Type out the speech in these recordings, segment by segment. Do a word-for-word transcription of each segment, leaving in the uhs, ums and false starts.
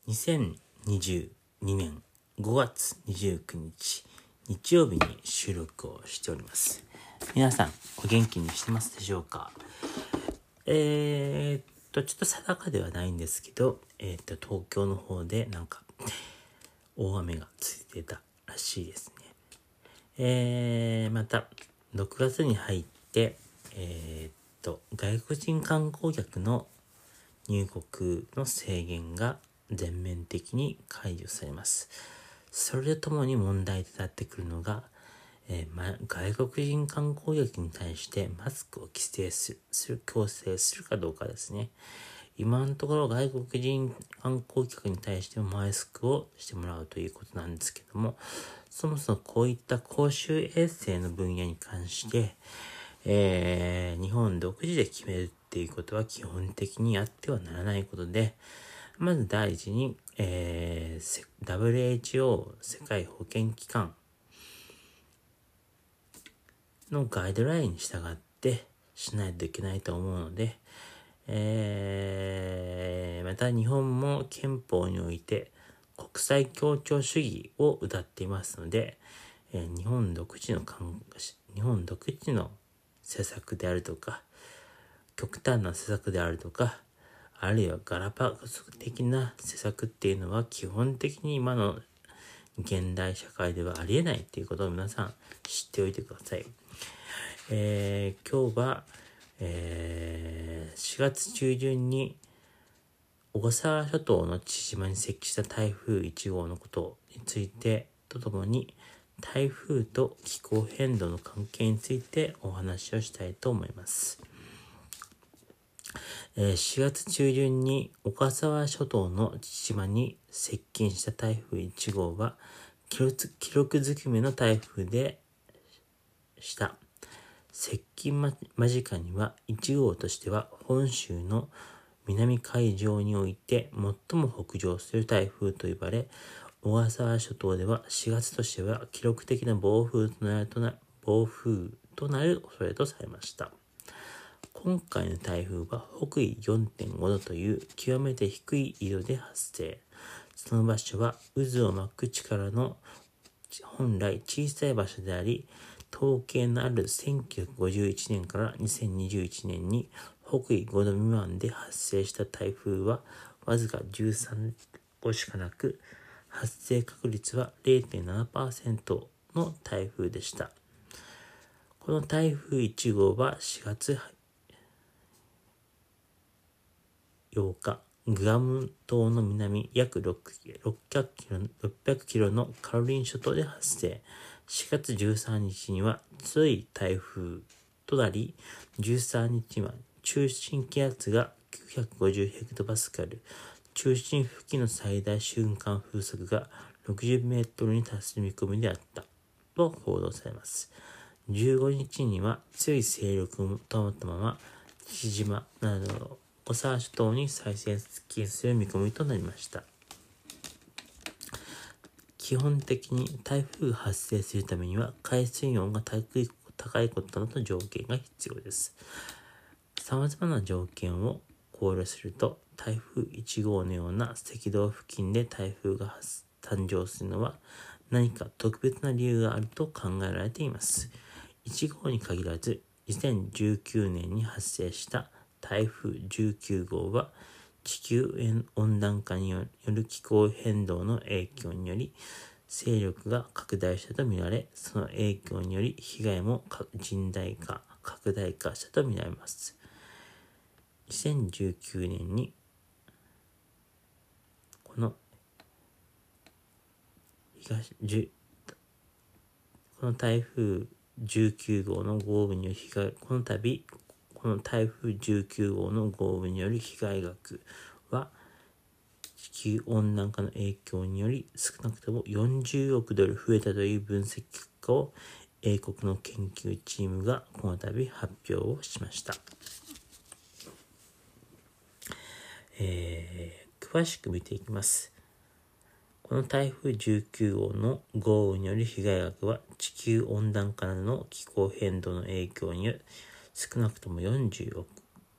にせんにじゅうにねんごがつにじゅうくにち日曜日に収録をしております。皆さんお元気にしてますでしょうか。えー、っとちょっと定かではないんですけど、えー、っと東京の方でなんか大雨がついてたらしいですね。えー、またろくがつに入ってえー、っと外国人観光客の入国の制限が全面的に解除されます。それとともに問題となってくるのが、えーま、外国人観光客に対してマスクを規制する、する強制するかどうかですね。今のところ外国人観光客に対してもマスクをしてもらうということなんですけども、そもそもこういった公衆衛生の分野に関して、えー、日本独自で決めるっていうことは基本的にあってはならないことで、まず第一に、えー、ダブリューエイチオー 世界保健機関のガイドラインに従ってしないといけないと思うので、えー、また日本も憲法において国際協調主義を謳っていますので、えー、日本独自の日本独自の施策であるとか、極端な施策であるとか、あるいはガラパゴス的な施策っていうのは基本的に今の現代社会ではありえないっていうことを皆さん知っておいてください。えー、今日は、えー、しがつ中旬に小笠原諸島の父島に接近した台風いち号のことについてとともに、台風と気候変動の関係についてお話をしたいと思います。しがつ中旬に小笠原諸島の父島に接近した台風いち号は記録づくめの台風でした。接近間近にはいち号としては本州の南海上において最も北上する台風と呼ばれ、小笠原諸島ではしがつとしては記録的な暴風となるとな暴風となる恐れとされました。今回の台風は北緯 よんてんご 度という極めて低い緯度で発生。その場所は渦を巻く力の本来小さい場所であり、統計のあるせんきゅうひゃくごじゅういちねんからにせんにじゅういちねんに北緯ごど未満で発生した台風はわずかじゅうさんこしかなく、発生確率は れいてんななパーセント の台風でした。この台風いち号はしがつようか、グアム島の南約ろっぴゃくキロのカロリン諸島で発生。しがつじゅうさんにちには強い台風となり、じゅうさんにちには中心気圧がきゅうひゃくごじゅうヘクトパスカル、中心付近の最大瞬間風速がろくじゅうメートルに達する見込みであったと報道されます。じゅうごにちには強い勢力を保ったまま父島などの小笠原諸島に再接近する見込みとなりました。基本的に台風が発生するためには海水温が高いことなどの条件が必要です。さまざまな条件を考慮すると、台風いち号のような赤道付近で台風が誕生するのは何か特別な理由があると考えられています。いち号に限らず、にせんじゅうきゅうねんに発生した台風じゅうきゅう号は地球温暖化による気候変動の影響により勢力が拡大したとみられ、その影響により被害も甚大化、拡大化したとみられます。にせんじゅうきゅうねんにこの東この台風じゅうきゅう号の豪雨による被害、この度この台風じゅうきゅう号の豪雨による被害額は地球温暖化の影響により少なくともよんじゅうおくドル増えたという分析結果を英国の研究チームがこの度発表をしました。えー、詳しく見ていきます。この台風じゅうきゅう号の豪雨による被害額は地球温暖化などの気候変動の影響による少なくともよんじゅう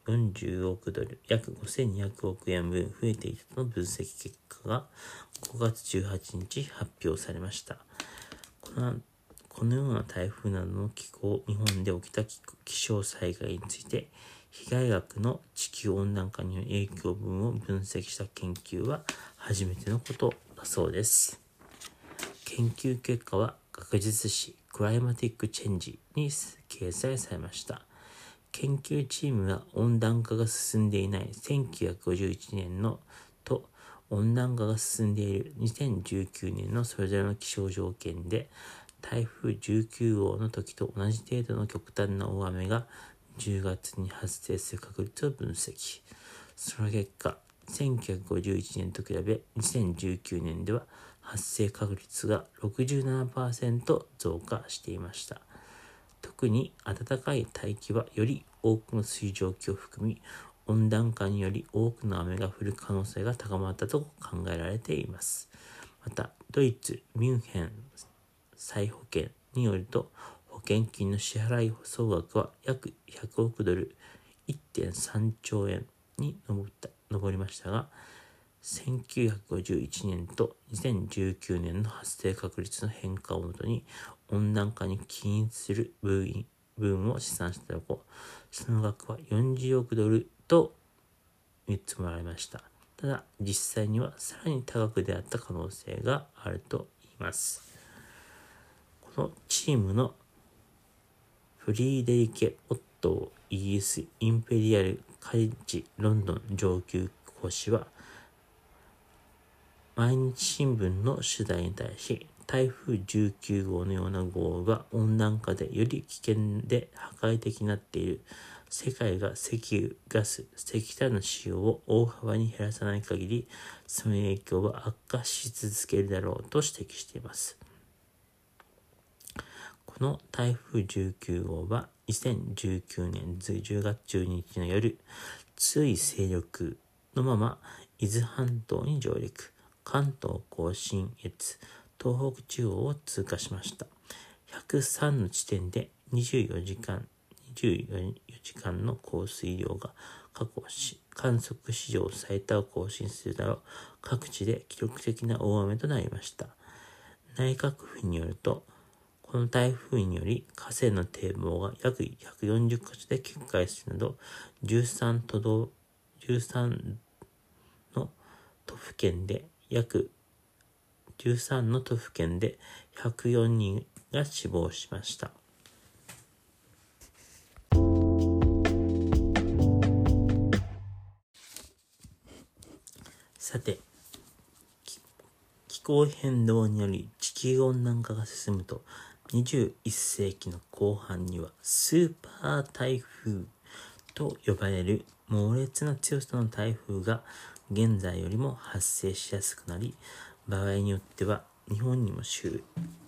よんじゅうおくドル、約ごせんにひゃくおくえんぶん増えていたとの分析結果がごがつじゅうはちにち発表されました。この、このような台風などの気候、日本で起きた気象災害について、被害額の地球温暖化による影響分を分析した研究は初めてのことだそうです。研究結果は学術誌クライマティックチェンジに掲載されました。研究チームは温暖化が進んでいないせんきゅうひゃくごじゅういちねんのと温暖化が進んでいるにせんじゅうきゅうねんのそれぞれの気象条件で台風じゅうきゅうごうの時と同じ程度の極端な大雨がじゅうがつに発生する確率を分析。その結果、せんきゅうひゃくごじゅういちねんと比べにせんじゅうきゅうねんでは発生確率が ろくじゅうななパーセント 増加していました。特に暖かい大気はより多くの水蒸気を含み、温暖化により多くの雨が降る可能性が高まったと考えられています。また、ドイツ・ミュンヘン再保険によると、保険金の支払い総額は約ひゃくおくドル いってんさんちょうえんに上った、上りましたが、せんきゅうひゃくごじゅういちねんとにせんじゅうきゅうねんの発生確率の変化をもとに温暖化に起因する分を試算したところ、その額はよんじゅうおくドルと見積もられました。ただ、実際にはさらに高くであった可能性があると言います。このチームのフリーデリケ・オットーイギリスインペリアルカレッジロンドン上級講師は毎日新聞の取材に対し、台風じゅうきゅうごうのような豪雨が温暖化でより危険で破壊的になっている。世界が石油、ガス、石炭の使用を大幅に減らさない限り、その影響は悪化し続けるだろうと指摘しています。この台風じゅうきゅうごうはにせんじゅうきゅうねんじゅうがつじゅうににちの夜、強い勢力のまま伊豆半島に上陸。関東甲信越、東北地方を通過しました。ひゃくさんの地点でにじゅうよじかん、にじゅうよじかんの降水量が過去し観測史上最多を更新するなど、各地で記録的な大雨となりました。内閣府によると、この台風により河川の堤防が約ひゃくよんじゅっかしょで決壊するなど、じゅうさん都道、じゅうさんの都府県で約じゅうさんの都府県でひゃくよにんが死亡しました。さて、気候変動により地球温暖化が進むと、にじゅういっせいきの後半にはスーパー台風と呼ばれる猛烈な強さの台風が現在よりも発生しやすくなり、場合によっては日本にも来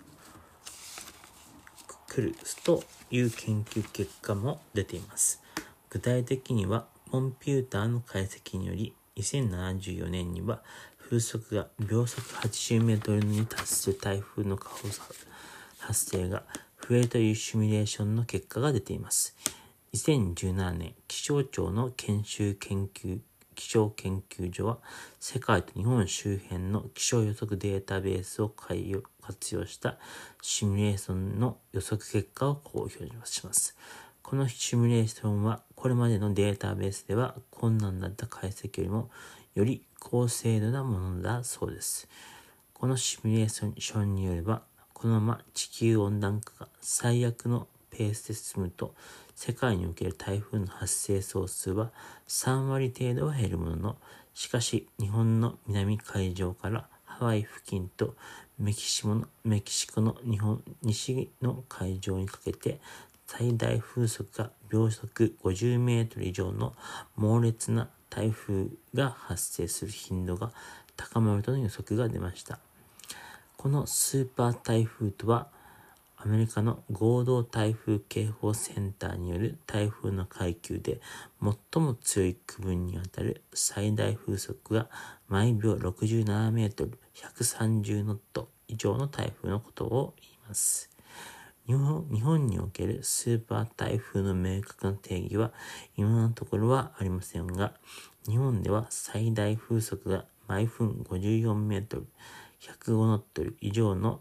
るという研究結果も出ています。具体的にはコンピューターの解析によりにせんななじゅうよねんには風速が秒速はちじゅうメートルに達する台風の発生が増えるというシミュレーションの結果が出ています。にせんじゅうななねん、気象庁の研修研究気象研究所は世界と日本周辺の気象予測データベースを活用したシミュレーションの予測結果を公表します。このシミュレーションはこれまでのデータベースでは困難だった解析よりもより高精度なものだそうです。このシミュレーションによれば、このまま地球温暖化が最悪のペースで進むと、世界における台風の発生総数はさんわり程度は減るものの、しかし日本の南海上からハワイ付近とメキシコの、メキシコの日本西の海上にかけて最大風速が秒速ごじゅうメートル以上の猛烈な台風が発生する頻度が高まるとの予測が出ました。このスーパー台風とは、アメリカの合同台風警報センターによる台風の階級で最も強い区分にあたる最大風速が毎秒ろくじゅうななメートル、ひゃくさんじゅうノット以上の台風のことを言います。 日本、日本におけるスーパー台風の明確な定義は今のところはありませんが、日本では最大風速が毎分ごじゅうよんメートル、ひゃくごノットル以上の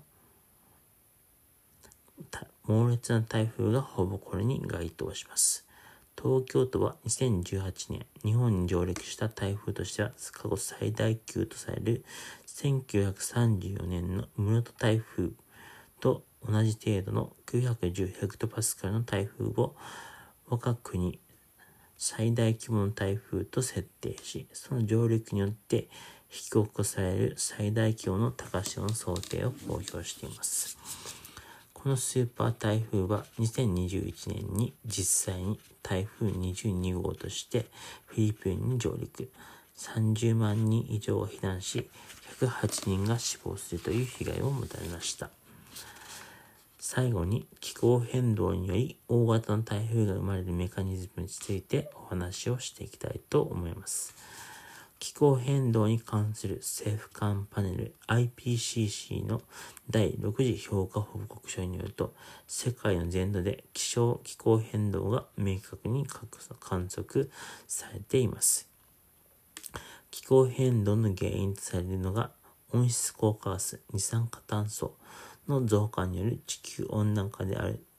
猛烈な台風がほぼこれに該当します。東京都はにせんじゅうはちねん、日本に上陸した台風としては過去最大級とされるせんきゅうひゃくさんじゅうよねんの室戸台風と同じ程度のきゅうひゃくじゅうヘクトパスカルの台風を我が国最大規模の台風と設定し、その上陸によって引き起こされる最大規模の高潮の想定を公表しています。このスーパー台風はにせんにじゅういちねんに実際に台風にじゅうにごうとしてフィリピンに上陸、さんじゅうまんにん以上が避難し、ひゃくはちにんが死亡するという被害をもたらしました。最後に気候変動により大型の台風が生まれるメカニズムについてお話をしていきたいと思います。気候変動に関する政府間パネル アイピーシーシー のだいろく次評価報告書によると、世界の全土で気象気候変動が明確に観測されています。気候変動の原因とされるのが温室効果ガス、二酸化炭素の増加による地球温暖化である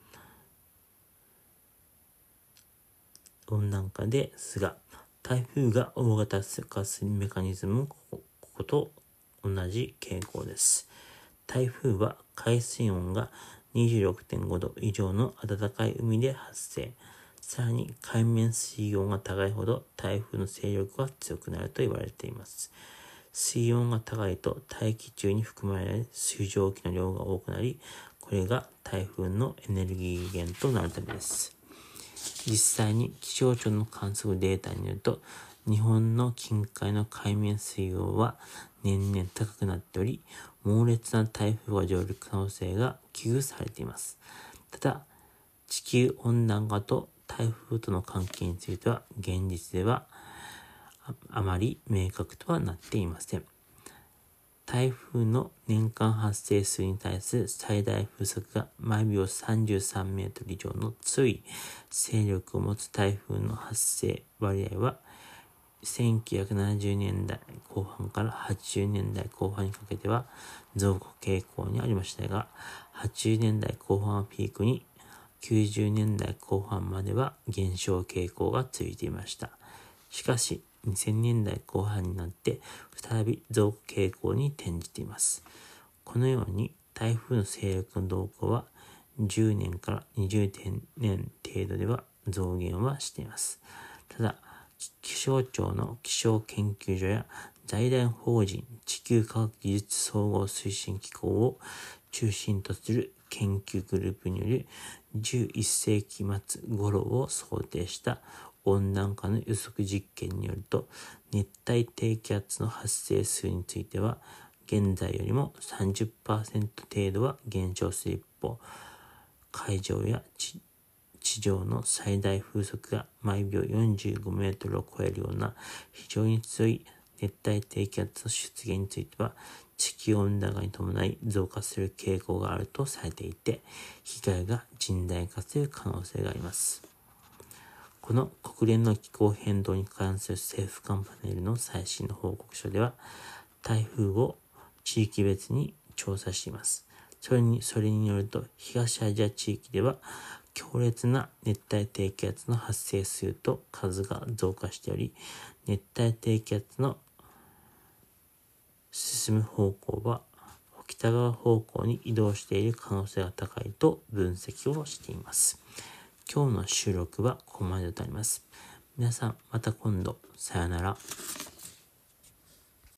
温暖化ですが、台風が大型化するメカニズムもここと同じ傾向です。台風は海水温が にじゅうろくてんごど以上の暖かい海で発生。さらに海面水温が高いほど台風の勢力が強くなると言われています。水温が高いと大気中に含まれる水蒸気の量が多くなり、これが台風のエネルギー源となるためです。実際に気象庁の観測データによると、日本の近海の海面水温は年々高くなっており、猛烈な台風が上陸可能性が危惧されています。ただ、地球温暖化と台風との関係については、現実ではあまり明確とはなっていません。台風の年間発生数に対する最大風速が毎秒さんじゅうさんメートル以上の強い勢力を持つ台風の発生割合はせんきゅうひゃくななじゅうねんだいこう半からはちじゅうねんだいこう半にかけては増加傾向にありましたが、はちじゅうねんだいこう半をピークにきゅうじゅうねんだいこう半までは減少傾向が続いていました。しかし、にせんねんだいこう半になって再び増加傾向に転じています。このように台風の勢力の動向はじゅうねんからにじゅうねん程度では増減はしています。ただ、気象庁の気象研究所や財団法人地球科学技術総合推進機構を中心とする研究グループによるじゅういっせいき末頃を想定した温暖化の予測実験によると、熱帯低気圧の発生数については現在よりも さんじゅっパーセント 程度は減少する一方、海上や地地上の最大風速が毎秒よんじゅうごメートルを超えるような非常に強い熱帯低気圧の出現については地球温暖化に伴い増加する傾向があるとされていて、被害が甚大化する可能性があります。この国連の気候変動に関する政府間パネルの最新の報告書では、台風を地域別に調査しています。それに、それによると、東アジア地域では、強烈な熱帯低気圧の発生数と数が増加しており、熱帯低気圧の進む方向は北側方向に移動している可能性が高いと分析をしています。今日の収録はここまでとなります。皆さんまた今度。さよなら。